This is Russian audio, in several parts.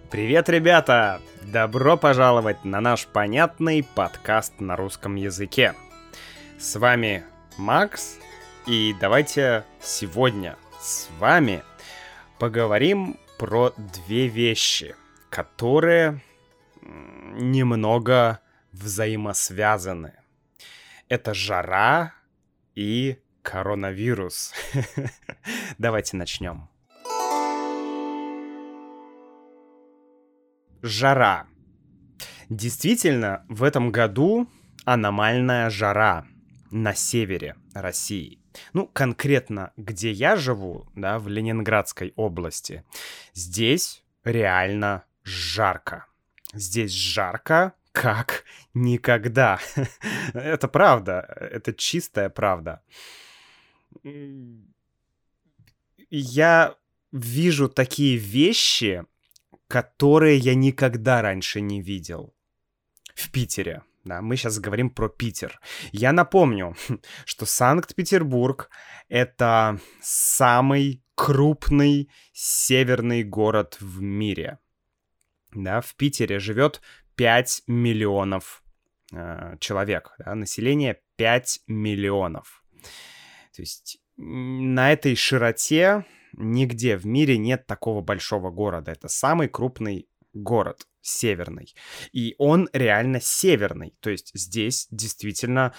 Привет, ребята! Добро пожаловать на наш понятный подкаст на русском языке. С вами Макс, и давайте сегодня с вами поговорим про две вещи, которые немного взаимосвязаны. Это жара и коронавирус. Давайте начнем. Жара. Действительно, в этом году аномальная жара на севере России. Ну, конкретно, где я живу, да, в Ленинградской области, здесь реально жарко. Здесь жарко, как никогда. Это правда, это чистая правда. Я вижу такие вещи, которые я никогда раньше не видел. В Питере. Да, мы сейчас говорим про Питер. Я напомню, что Санкт-Петербург — это самый крупный северный город в мире. Да, в Питере живет 5 миллионов человек. Да, население 5 миллионов. То есть на этой широте нигде в мире нет такого большого города. Это самый крупный город, северный. И он реально северный. То есть здесь действительно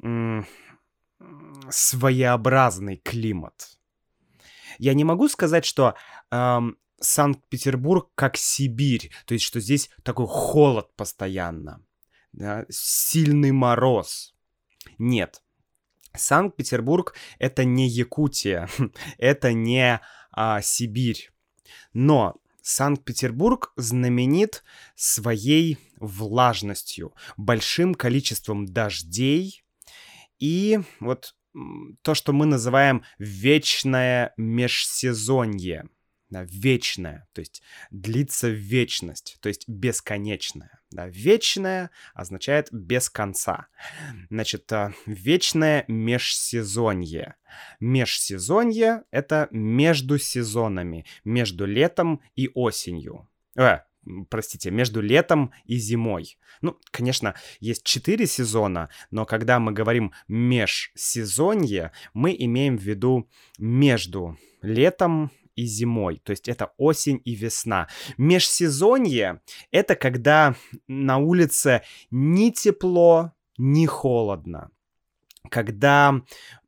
своеобразный климат. Я не могу сказать, что Санкт-Петербург как Сибирь. То есть что здесь такой холод постоянно. Да, сильный мороз. Нет. Санкт-Петербург — это не Якутия, это не Сибирь. Но Санкт-Петербург знаменит своей влажностью, большим количеством дождей и вот то, что мы называем вечное межсезонье. Да, вечное, то есть длится вечность, то есть бесконечное. Да, вечное означает без конца. Значит, вечное межсезонье. Межсезонье — это между сезонами, между летом и осенью. Между летом и зимой. Ну, конечно, есть 4 сезона, но когда мы говорим межсезонье, мы имеем в виду между летом и зимой, то есть это осень и весна. Межсезонье — это когда на улице ни тепло, ни холодно. Когда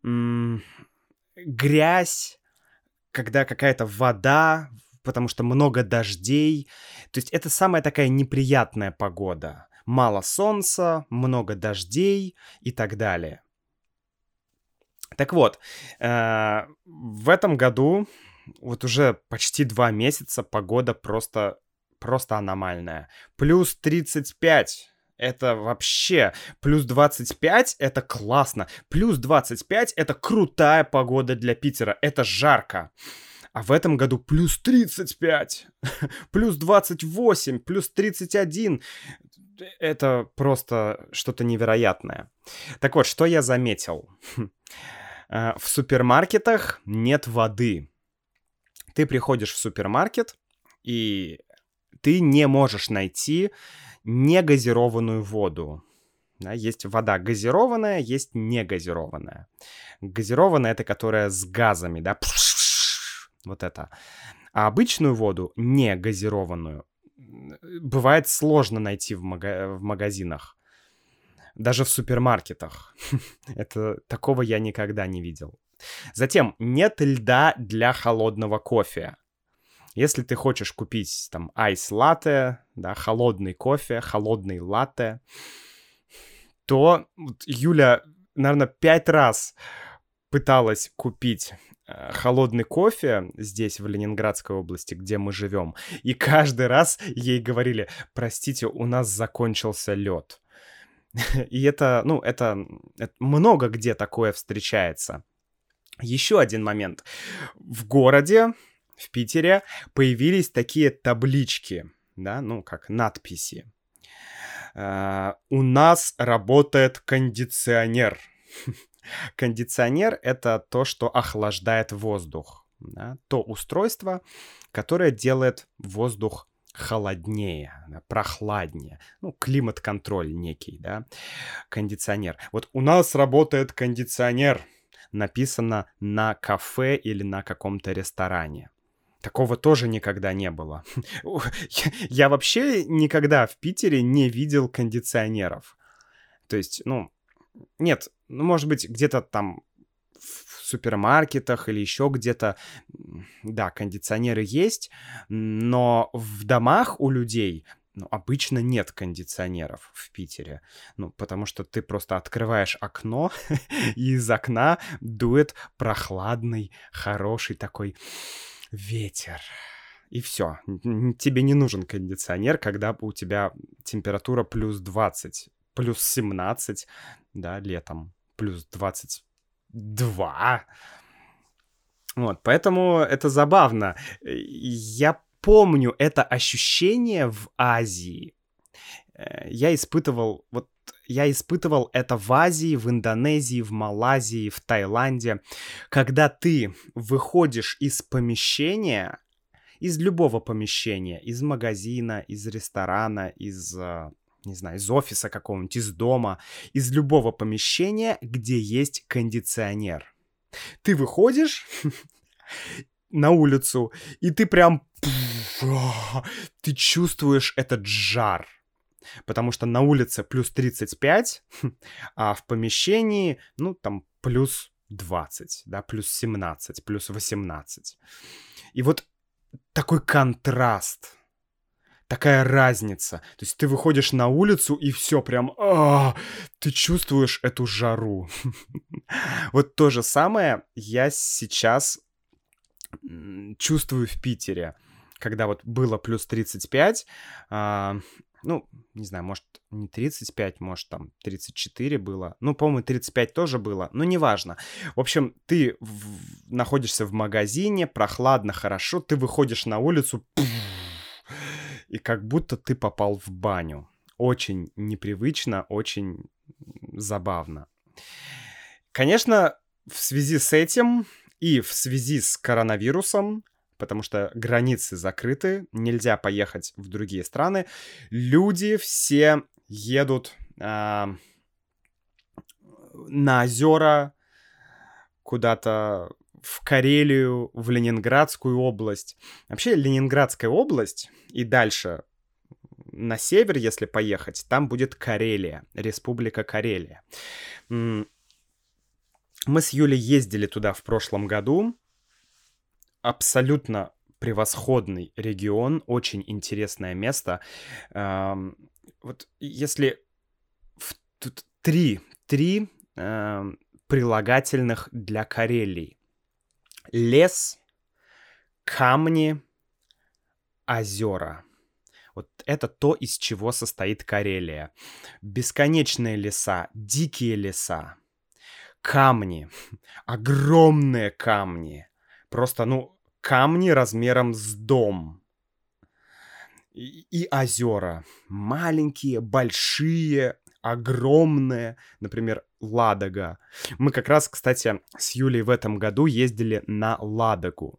грязь, когда какая-то вода, потому что много дождей. То есть это самая такая неприятная погода. Мало солнца, много дождей и так далее. Так вот, в этом году вот уже почти 2 месяца погода просто аномальная. Плюс 35 — это вообще... Плюс 25 — это классно. Плюс 25 — это крутая погода для Питера. Это жарко. А в этом году плюс 35, плюс 28, плюс 31. Это просто что-то невероятное. Так вот, что я заметил? В супермаркетах нет воды. Ты приходишь в супермаркет, и ты не можешь найти негазированную воду. Да, есть вода газированная, есть негазированная. Газированная — это которая с газами, да, вот это. А обычную воду, не газированную, бывает сложно найти в магазинах. Даже в супермаркетах. Такого я никогда не видел. Затем, нет льда для холодного кофе. Если ты хочешь купить там айс-латте, да, холодный кофе, холодный латте, то Юля, наверное, 5 раз пыталась купить холодный кофе здесь, в Ленинградской области, где мы живем. И каждый раз ей говорили: простите, у нас закончился лед. И это много где такое встречается. Еще один момент. В городе, в Питере, появились такие таблички, да, как надписи. У нас работает кондиционер. Кондиционер — это то, что охлаждает воздух. Да? То устройство, которое делает воздух холоднее, да, прохладнее. Ну, климат-контроль некий, да, кондиционер. Вот у нас работает кондиционер, написано на кафе или на каком-то ресторане. Такого тоже никогда не было. Я вообще никогда в Питере не видел кондиционеров. То есть, ну, нет, ну, может быть, где-то там в супермаркетах или еще где-то, да, кондиционеры есть, но в домах у людей, ну, обычно нет кондиционеров в Питере. Ну, потому что ты просто открываешь окно, и из окна дует прохладный, хороший такой ветер. И все. Тебе не нужен кондиционер, когда у тебя температура плюс 20, плюс 17, да, летом, плюс 22. Вот, поэтому это забавно. Я помню это ощущение в Азии. Я испытывал это в Азии, в Индонезии, в Малайзии, в Таиланде, когда ты выходишь из помещения, из любого помещения, из магазина, из ресторана, не знаю, из офиса какого-нибудь, из дома, из любого помещения, где есть кондиционер. Ты выходишь на улицу, и ты прям... Ты чувствуешь этот жар. Потому что на улице плюс 35, а в помещении, ну, там, плюс 20, да, плюс 17, плюс 18. И вот такой контраст, такая разница. То есть ты выходишь на улицу, и все прям... ты чувствуешь эту жару. Вот то же самое я сейчас чувствую в Питере. Когда вот было плюс 35, ну, не знаю, может, не 35, может, там 34 было. Ну, по-моему, 35 тоже было, но неважно. В общем, ты находишься в магазине, прохладно, хорошо, ты выходишь на улицу, и как будто ты попал в баню. Очень непривычно, очень забавно. Конечно, в связи с этим и в связи с коронавирусом, потому что границы закрыты, нельзя поехать в другие страны, люди все едут на озера, куда-то в Карелию, в Ленинградскую область. Вообще, Ленинградская область и дальше на север, если поехать, там будет Карелия, Республика Карелия. Мы с Юлей ездили туда в прошлом году. Абсолютно превосходный регион, очень интересное место. Вот если тут три прилагательных для Карелии. Лес, камни, озера. Вот это то, из чего состоит Карелия. Бесконечные леса, дикие леса, камни, огромные камни. Просто, ну, камни размером с дом. И озера. Маленькие, большие, огромные. Например, Ладога. Мы как раз, кстати, с Юлей в этом году ездили на Ладогу.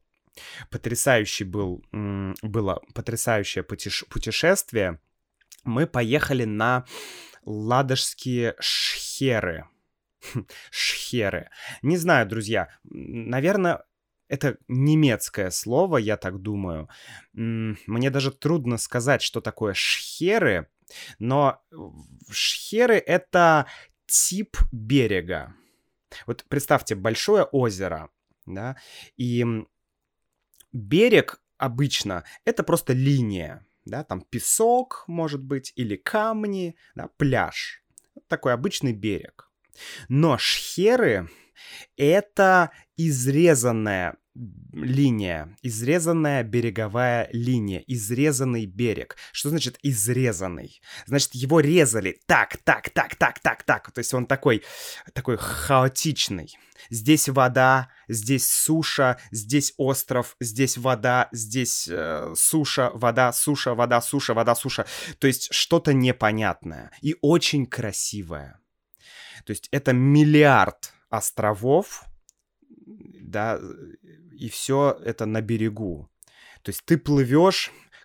Было потрясающее путешествие. Мы поехали на ладожские шхеры. Шхеры. Не знаю, друзья, наверное, это немецкое слово, я так думаю. Мне даже трудно сказать, что такое шхеры, но шхеры — это тип берега. Вот представьте, большое озеро, да, и берег обычно это просто линия, да, там песок, может быть, или камни, да, пляж. Такой обычный берег. Но шхеры — это изрезанная линия, изрезанная береговая линия, изрезанный берег. Что значит изрезанный? Значит, его резали так. То есть он такой хаотичный. Здесь вода, здесь суша, здесь остров, здесь вода, здесь суша, вода, суша, вода, суша, вода, суша. То есть что-то непонятное и очень красивое. То есть это миллиард островов, да, и все это на берегу. То есть ты плывешь,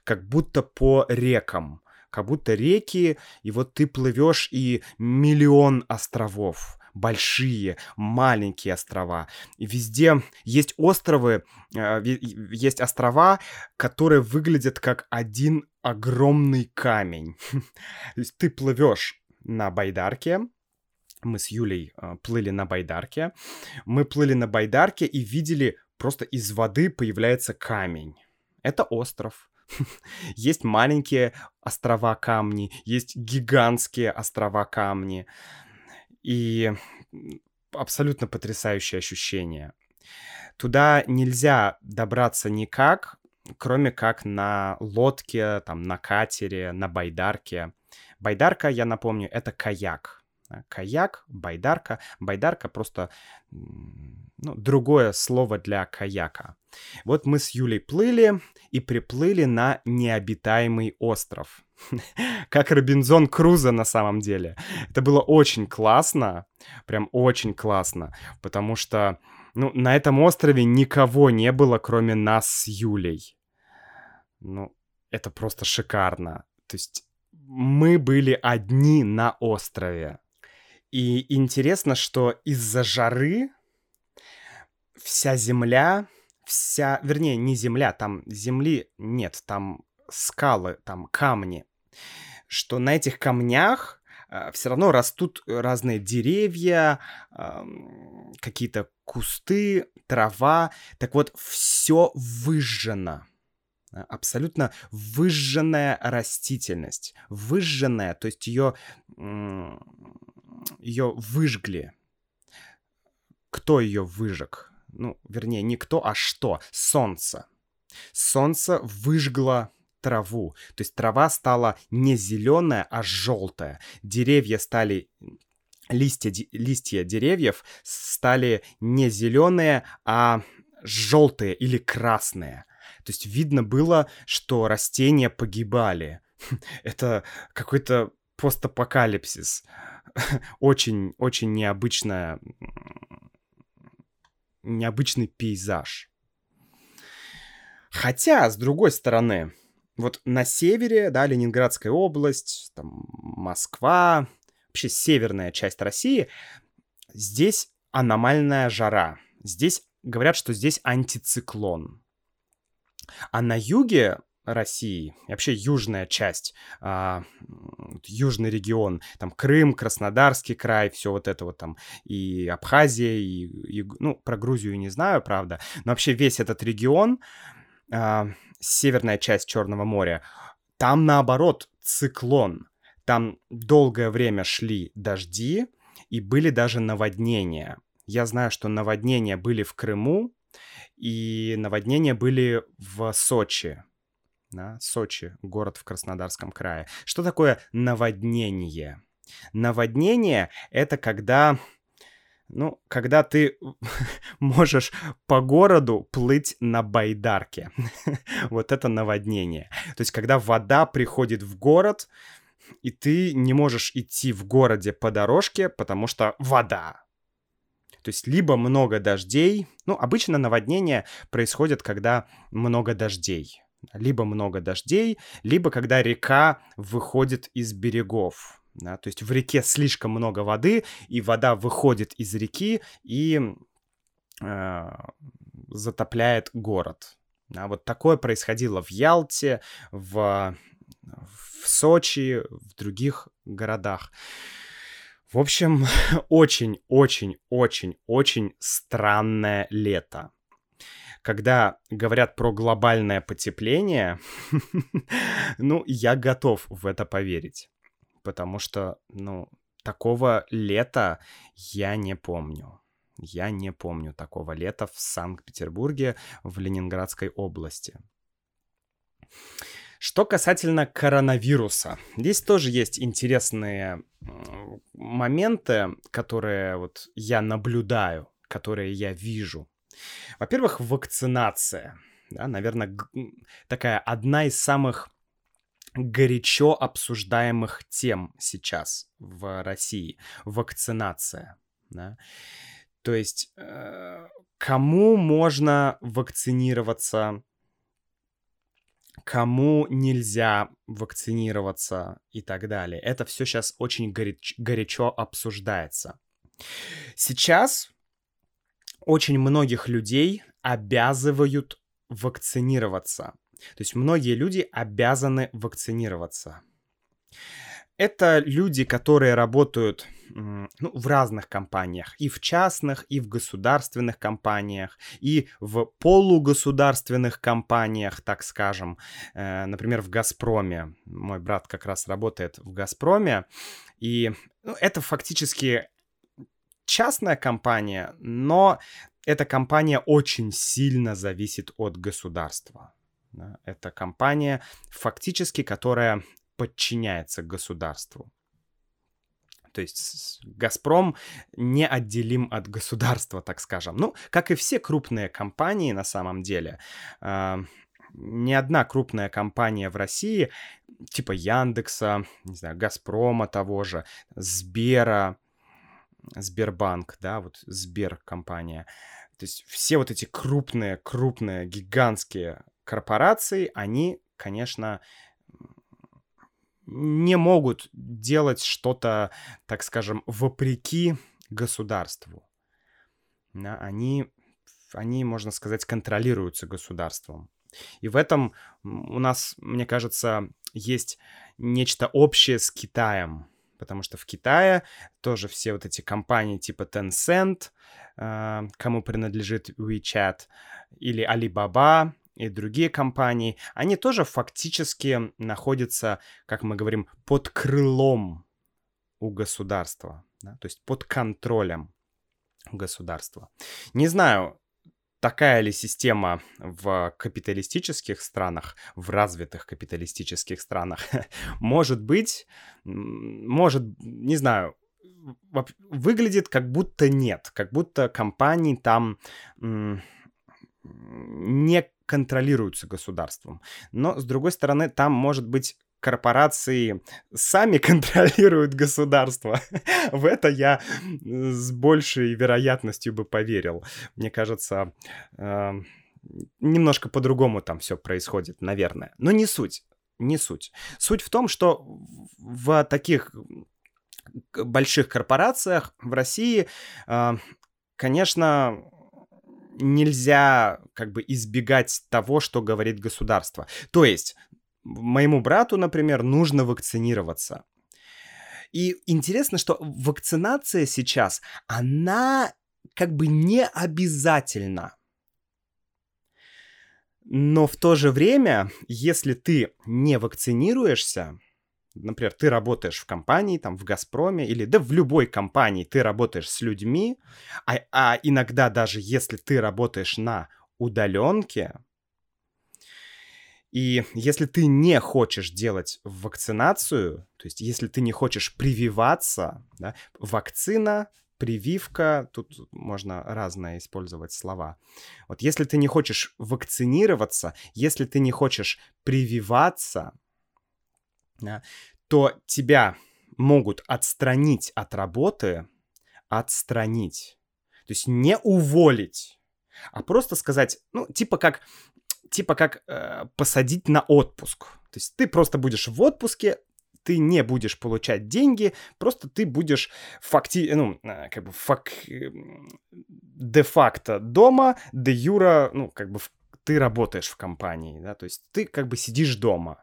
как будто по рекам. Как будто реки, и вот ты плывешь, и миллион островов. Большие, маленькие острова. И везде есть островы, есть острова, которые выглядят как один огромный камень. То есть ты плывешь на байдарке. Мы с Юлей плыли на байдарке. Мы плыли на байдарке и видели, просто из воды появляется камень. Это остров. Есть маленькие острова камни, есть гигантские острова камни. И абсолютно потрясающее ощущение. Туда нельзя добраться никак, кроме как на лодке, там, на катере, на байдарке. Байдарка, я напомню, это каяк. Каяк, байдарка. Байдарка просто другое слово для каяка. Вот мы с Юлей плыли и приплыли на необитаемый остров. Как Робинзон Крузо на самом деле. Это было очень классно, прям очень классно, потому что на этом острове никого не было, кроме нас с Юлей. Это просто шикарно. То есть мы были одни на острове. И интересно, что из-за жары вся земля, вернее, не земля, там земли нет, там скалы, там камни, что на этих камнях все равно растут разные деревья, какие-то кусты, трава. Так вот, все выжжено. Абсолютно выжженная растительность. Выжженная, то есть ее выжгли. Кто ее выжег? Вернее, не кто, а что? Солнце. Солнце выжгло траву. То есть трава стала не зеленая, а желтая. Листья деревьев стали не зеленые, а желтые или красные. То есть видно было, что растения погибали. Это какой-то постапокалипсис. Очень, очень необычный пейзаж. Хотя, с другой стороны, вот на севере, да, Ленинградская область, там, Москва, вообще северная часть России, здесь аномальная жара. Здесь говорят, что здесь антициклон. А на юге России, вообще южная часть, южный регион, там Крым, Краснодарский край, все вот это вот там, и Абхазия, и про Грузию не знаю, правда, но вообще весь этот регион, северная часть Черного моря, там наоборот циклон, там долгое время шли дожди, и были даже наводнения. Я знаю, что наводнения были в Крыму, и наводнения были в Сочи. Да, Сочи, город в Краснодарском крае. Что такое наводнение? Наводнение — это когда ты можешь по городу плыть на байдарке. Вот это наводнение. То есть когда вода приходит в город, и ты не можешь идти в городе по дорожке, потому что вода. То есть либо много дождей. Обычно наводнения происходят, когда много дождей. Либо много дождей, либо когда река выходит из берегов. Да? То есть в реке слишком много воды, и вода выходит из реки и затопляет город. Да? Вот такое происходило в Ялте, в Сочи, в других городах. В общем, очень-очень-очень-очень странное лето. Когда говорят про глобальное потепление, я готов в это поверить. Потому что, такого лета я не помню. Я не помню такого лета в Санкт-Петербурге, в Ленинградской области. Что касательно коронавируса, здесь тоже есть интересные моменты, которые вот я наблюдаю, которые я вижу. Во-первых, вакцинация. Да, наверное, такая одна из самых горячо обсуждаемых тем сейчас в России. Вакцинация. Да? То есть кому можно вакцинироваться, кому нельзя вакцинироваться и так далее. Это все сейчас очень горячо обсуждается. Сейчас очень многих людей обязывают вакцинироваться. То есть многие люди обязаны вакцинироваться. Это люди, которые работают в разных компаниях, и в частных, и в государственных компаниях, и в полугосударственных компаниях, так скажем. Например, в «Газпроме». Мой брат как раз работает в «Газпроме», и это фактически частная компания, но эта компания очень сильно зависит от государства. Да? Это компания, фактически, которая подчиняется государству. То есть «Газпром» неотделим от государства, так скажем. Ну, как и все крупные компании на самом деле. Ни одна крупная компания в России, типа Яндекса, не знаю, «Газпрома» того же, Сбера, Сбербанк, да, вот Сберкомпания. То есть все вот эти крупные, гигантские корпорации, они, конечно, не могут делать что-то, так скажем, вопреки государству. Да, они, можно сказать, контролируются государством. И в этом у нас, мне кажется, есть нечто общее с Китаем. Потому что в Китае тоже все вот эти компании типа Tencent, кому принадлежит WeChat, или Alibaba и другие компании, они тоже фактически находятся, как мы говорим, под крылом у государства, да? То есть под контролем государства. Не знаю, такая ли система в капиталистических странах, в развитых капиталистических странах? Может быть, не знаю, выглядит как будто нет, как будто компании там не контролируются государством. Но, с другой стороны, там, может быть, корпорации сами контролируют государство. В это я с большей вероятностью бы поверил. Мне кажется, немножко по-другому там все происходит, наверное. Но не суть. Не суть. Суть в том, что в таких больших корпорациях в России, конечно, нельзя как бы избегать того, что говорит государство. То есть моему брату, например, нужно вакцинироваться. И интересно, что вакцинация сейчас, она как бы не обязательна. Но в то же время, если ты не вакцинируешься, например, ты работаешь в компании, там, в «Газпроме», или да в любой компании ты работаешь с людьми, а иногда даже если ты работаешь на удаленке, и если ты не хочешь делать вакцинацию, то есть если ты не хочешь прививаться, да, вакцина, прививка, тут можно разные использовать слова. Вот если ты не хочешь вакцинироваться, если ты не хочешь прививаться, да, то тебя могут отстранить от работы, отстранить. То есть не уволить, а просто сказать, ну, типа как посадить на отпуск. То есть ты просто будешь в отпуске, ты не будешь получать деньги, просто ты будешь де-факто дома, де-юра, ты работаешь в компании, да, то есть ты как бы сидишь дома.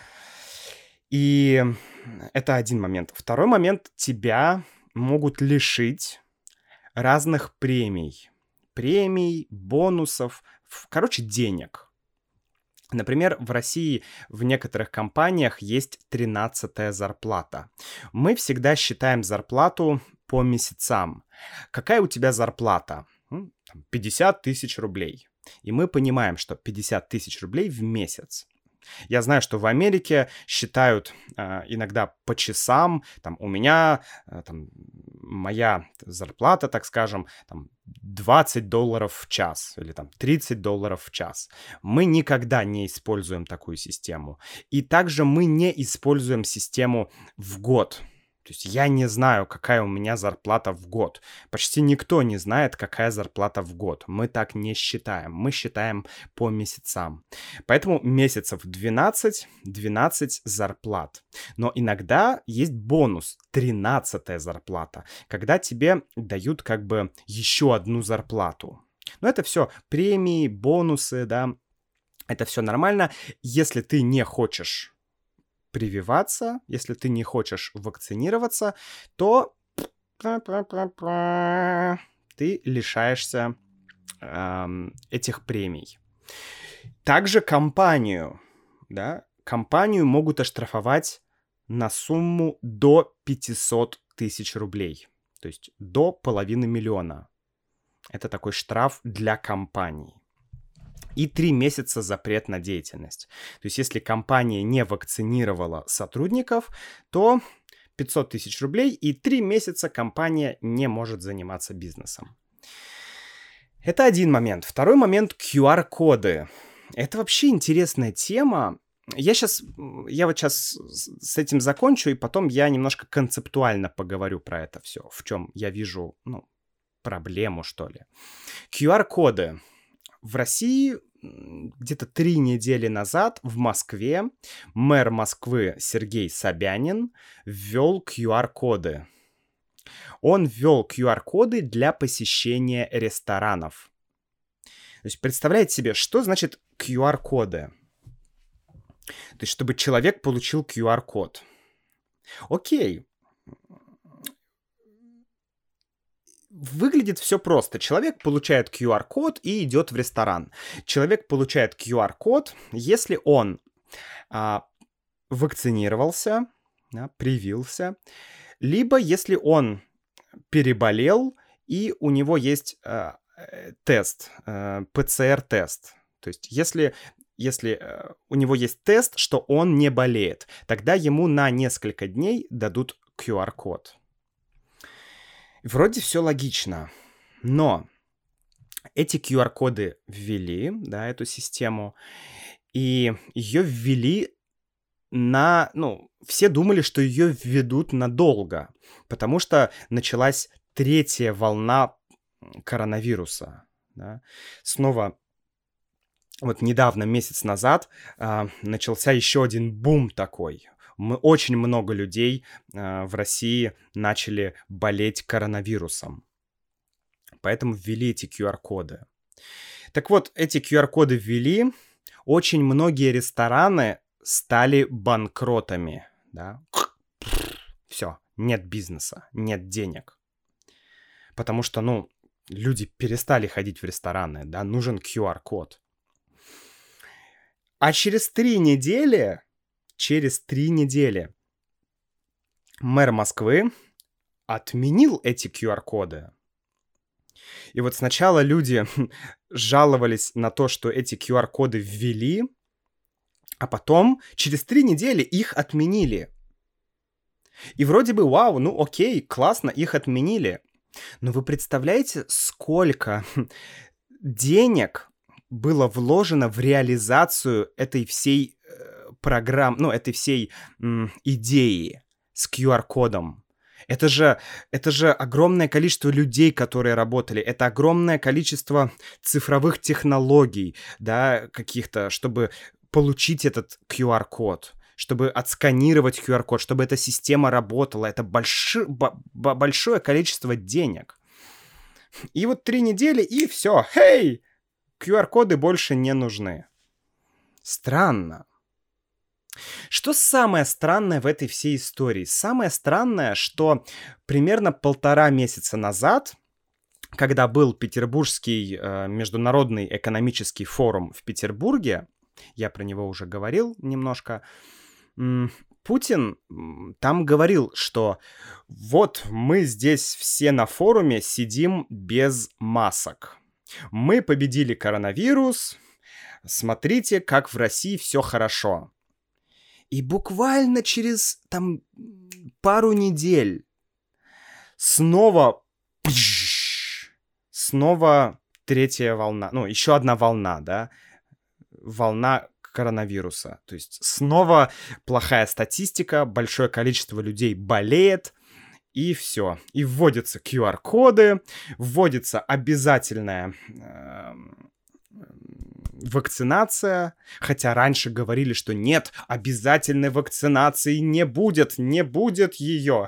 И это один момент. Второй момент, тебя могут лишить разных премий. Премий, бонусов, короче, денег. Например, в России в некоторых компаниях есть 13-я зарплата. Мы всегда считаем зарплату по месяцам. Какая у тебя зарплата? 50 тысяч рублей. И мы понимаем, что 50 тысяч рублей в месяц. Я знаю, что в Америке считают иногда по часам. Там у меня моя зарплата, так скажем, там $20 в час или там $30 в час. Мы никогда не используем такую систему. И также мы не используем систему в год. То есть я не знаю, какая у меня зарплата в год. Почти никто не знает, какая зарплата в год. Мы так не считаем. Мы считаем по месяцам. Поэтому месяцев 12, 12 зарплат. Но иногда есть бонус, 13-я зарплата, когда тебе дают как бы еще одну зарплату. Но это все премии, бонусы, да, это все нормально. Если ты не хочешь прививаться, если ты не хочешь вакцинироваться, то ты лишаешься этих премий. Также компанию, да, компанию могут оштрафовать на сумму до 500 тысяч рублей, то есть до 500 000. Это такой штраф для компании. И 3 месяца запрет на деятельность. То есть если компания не вакцинировала сотрудников, то 500 тысяч рублей и 3 месяца компания не может заниматься бизнесом. Это один момент. Второй момент — QR-коды. Это вообще интересная тема. Я вот сейчас с этим закончу, и потом я немножко концептуально поговорю про это все, в чем я вижу, проблему, что ли. QR-коды. В России где-то 3 недели назад в Москве мэр Москвы Сергей Собянин ввел QR-коды. Он ввел QR-коды для посещения ресторанов. То есть представляете себе, что значит QR-коды? То есть чтобы человек получил QR-код. Окей. Выглядит все просто. Человек получает QR-код и идет в ресторан. Человек получает QR-код, если он вакцинировался, да, привился, либо если он переболел и у него есть тест, ПЦР-тест. То есть если у него есть тест, что он не болеет, тогда ему на несколько дней дадут QR-код. Вроде все логично, но эти QR-коды ввели, да, эту систему, и ее ввели все думали, что ее введут надолго, потому что началась 3-я волна коронавируса, да. Снова вот недавно, месяц назад, начался еще один бум такой. Очень много людей в России начали болеть коронавирусом. Поэтому ввели эти QR-коды. Так вот, эти QR-коды ввели. Очень многие рестораны стали банкротами. Да? Все, нет бизнеса, нет денег. Потому что, люди перестали ходить в рестораны, да, нужен QR-код. А через 3 недели мэр Москвы отменил эти QR-коды. И вот сначала люди жаловались на то, что эти QR-коды ввели, а потом через 3 недели их отменили. И вроде бы, вау, окей, классно, их отменили. Но вы представляете, сколько денег было вложено в реализацию этой всей программы, этой всей идеи с QR-кодом. Это же огромное количество людей, которые работали. Это огромное количество цифровых технологий, да, каких-то, чтобы получить этот QR-код, чтобы отсканировать QR-код, чтобы эта система работала. Это большое количество денег. И вот 3 недели, и все. Хей! QR-коды больше не нужны. Странно. Что самое странное в этой всей истории? Самое странное, что примерно 1,5 месяца назад, когда был Петербургский международный экономический форум в Петербурге, я про него уже говорил немножко, Путин там говорил, что вот мы здесь все на форуме сидим без масок. Мы победили коронавирус, смотрите, как в России все хорошо. И буквально через пару недель снова 3-я волна, еще одна волна, да, волна коронавируса. То есть снова плохая статистика, большое количество людей болеет, и все. И вводятся QR-коды, вводится обязательная вакцинация, хотя раньше говорили, что нет, обязательной вакцинации не будет ее.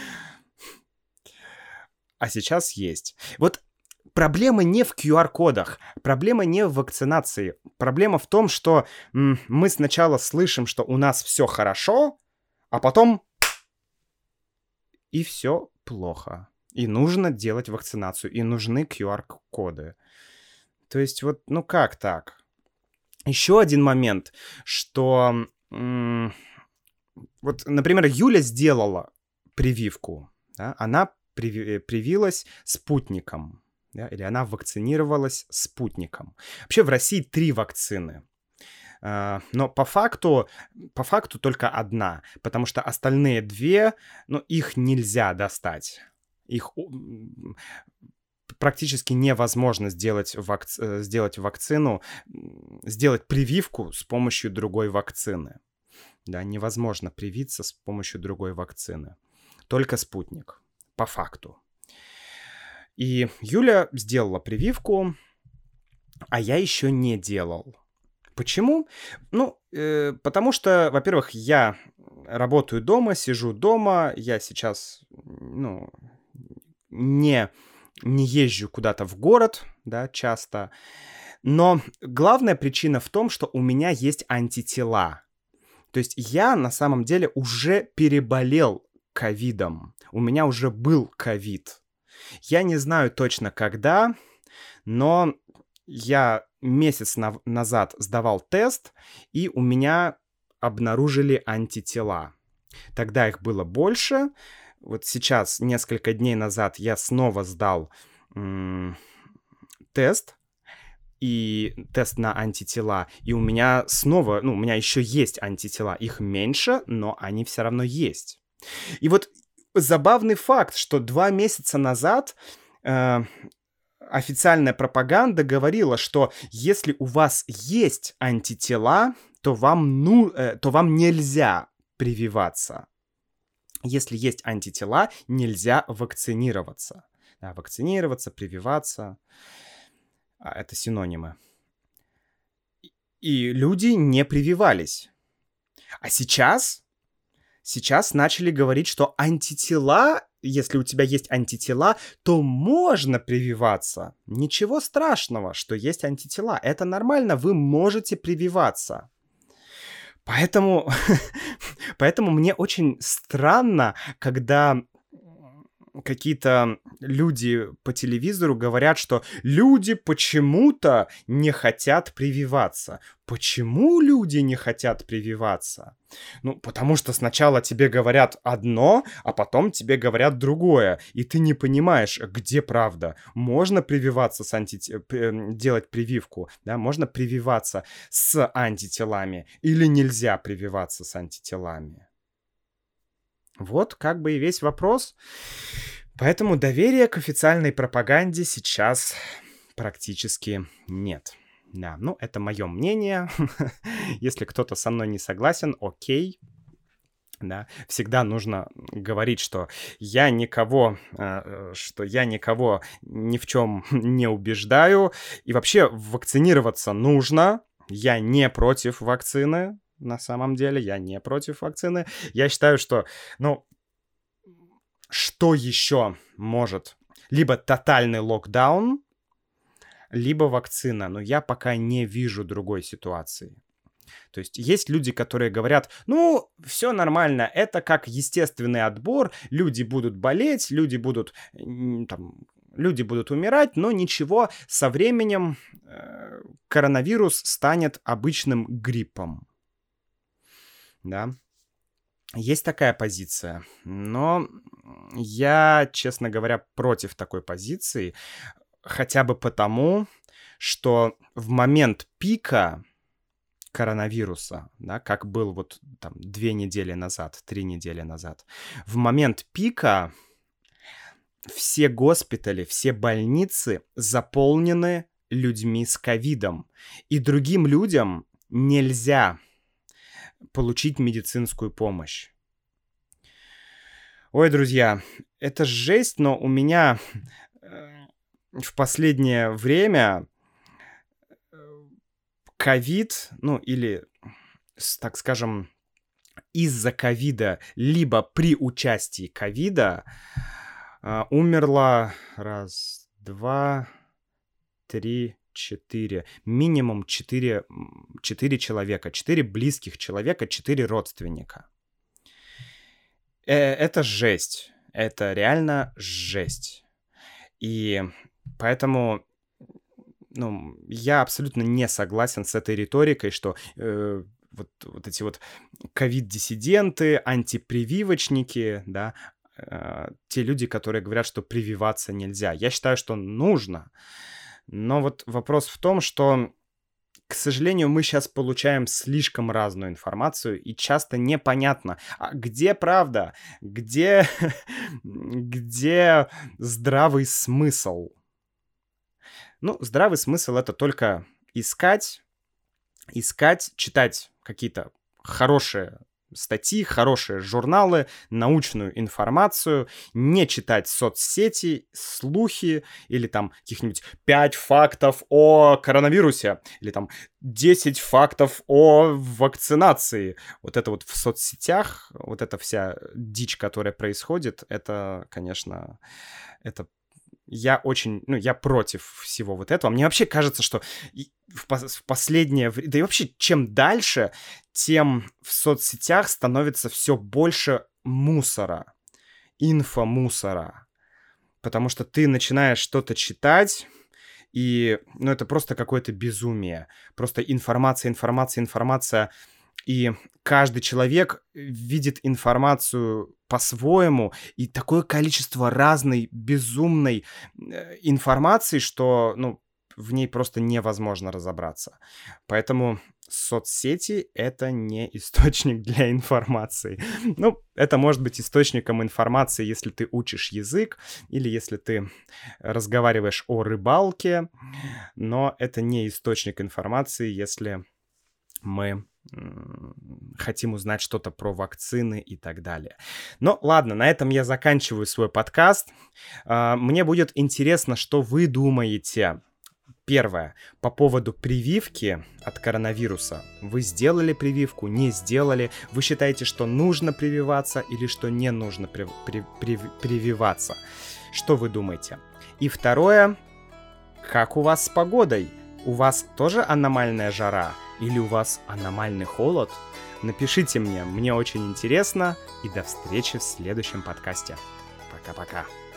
А сейчас есть. Вот проблема не в QR-кодах, проблема не в вакцинации. Проблема в том, что мы сначала слышим, что у нас все хорошо, а потом и все плохо. И нужно делать вакцинацию, и нужны QR-коды. То есть вот, ну как так? Еще один момент, что... вот, например, Юля сделала прививку. Да? Она привилась спутником. Да? Или она вакцинировалась спутником. Вообще в России 3 вакцины. Но по факту только одна, потому что остальные 2, ну, их нельзя достать. Их практически невозможно сделать вакцину, сделать прививку с помощью другой вакцины. Да, невозможно привиться с помощью другой вакцины. Только спутник, по факту. И Юля сделала прививку, а я еще не делал. Почему? Ну, потому что, во-первых, я работаю дома, сижу дома, я сейчас, ну, не езжу куда-то в город, да, часто. Но главная причина в том, что у меня есть антитела. То есть я на самом деле уже переболел ковидом. У меня уже был ковид. Я не знаю точно когда, но я месяц назад сдавал тест, и у меня обнаружили антитела. Тогда их было больше. Вот сейчас, несколько дней назад, я снова сдал тест, и тест на антитела, и у меня снова, ну, у меня еще есть антитела. Их меньше, но они все равно есть. И вот забавный факт, что 2 месяца назад... официальная пропаганда говорила, что если у вас есть антитела, то вам нельзя прививаться. Если есть антитела, нельзя вакцинироваться. Да, вакцинироваться, прививаться — это синонимы. И люди не прививались. А сейчас начали говорить, что антитела, если у тебя есть антитела, то можно прививаться. Ничего страшного, что есть антитела. Это нормально, вы можете прививаться. Поэтому мне очень странно, когда какие-то люди по телевизору говорят, что люди почему-то не хотят прививаться. Почему люди не хотят прививаться? Ну, потому что сначала тебе говорят одно, а потом тебе говорят другое, и ты не понимаешь, где правда. Можно прививаться делать прививку, да, можно прививаться с антителами, или нельзя прививаться с антителами. Вот как бы и весь вопрос. Поэтому доверия к официальной пропаганде сейчас практически нет. Да, ну это мое мнение. Если кто-то со мной не согласен, окей. Да, всегда нужно говорить, что я никого ни в чем не убеждаю. И вообще вакцинироваться нужно. Я не против вакцины. На самом деле, я не против вакцины. Я считаю, что, ну, что еще может? Либо тотальный локдаун, либо вакцина. Но я пока не вижу другой ситуации. То есть есть люди, которые говорят, ну, все нормально, это как естественный отбор, люди будут болеть, люди будут умирать, но ничего, со временем коронавирус станет обычным гриппом. Да, есть такая позиция, но я, честно говоря, против такой позиции, хотя бы потому, что в момент пика коронавируса, да, как был вот там 2 недели назад, 3 недели назад, в момент пика все госпитали, все больницы заполнены людьми с ковидом, и другим людям нельзя получить медицинскую помощь. Ой, друзья, это жесть, но у меня в последнее время ковид, ну или, так скажем, из-за ковида, либо при участии ковида умерло раз, два, три, четыре, минимум 4 человека, 4 близких человека, 4 родственника. Это жесть, это реально жесть. И поэтому, ну, я абсолютно не согласен с этой риторикой, что вот эти вот ковид-диссиденты, антипрививочники, да, те люди, которые говорят, что прививаться нельзя. Я считаю, что нужно. Но вот вопрос в том, что, к сожалению, мы сейчас получаем слишком разную информацию, и часто непонятно, а где правда, где здравый смысл. Ну, здравый смысл — это только искать, читать какие-то хорошие статьи, хорошие журналы, научную информацию, не читать соцсети, слухи или там каких-нибудь 5 фактов о коронавирусе или там 10 фактов о вакцинации. Вот это вот в соцсетях, вот эта вся дичь, которая происходит, это, конечно, это... Я против всего вот этого. Мне вообще кажется, что в последнее время, да и вообще, чем дальше, тем в соцсетях становится все больше мусора, инфомусора. Потому что ты начинаешь что-то читать, и, ну, это просто какое-то безумие. Просто информация. И каждый человек видит информацию по-своему, и такое количество разной безумной информации, что, ну, в ней просто невозможно разобраться. Поэтому соцсети — это не источник для информации. Ну, это может быть источником информации, если ты учишь язык или если ты разговариваешь о рыбалке, но это не источник информации, если мы хотим узнать что-то про вакцины и так далее. Ну, ладно, на этом я заканчиваю свой подкаст. Мне будет интересно, что вы думаете. Первое. По поводу прививки от коронавируса. Вы сделали прививку, не сделали? Вы считаете, что нужно прививаться или что не нужно прививаться? Что вы думаете? И второе. Как у вас с погодой? У вас тоже аномальная жара? Или у вас аномальный холод? Напишите мне очень интересно. И до встречи в следующем подкасте. Пока-пока.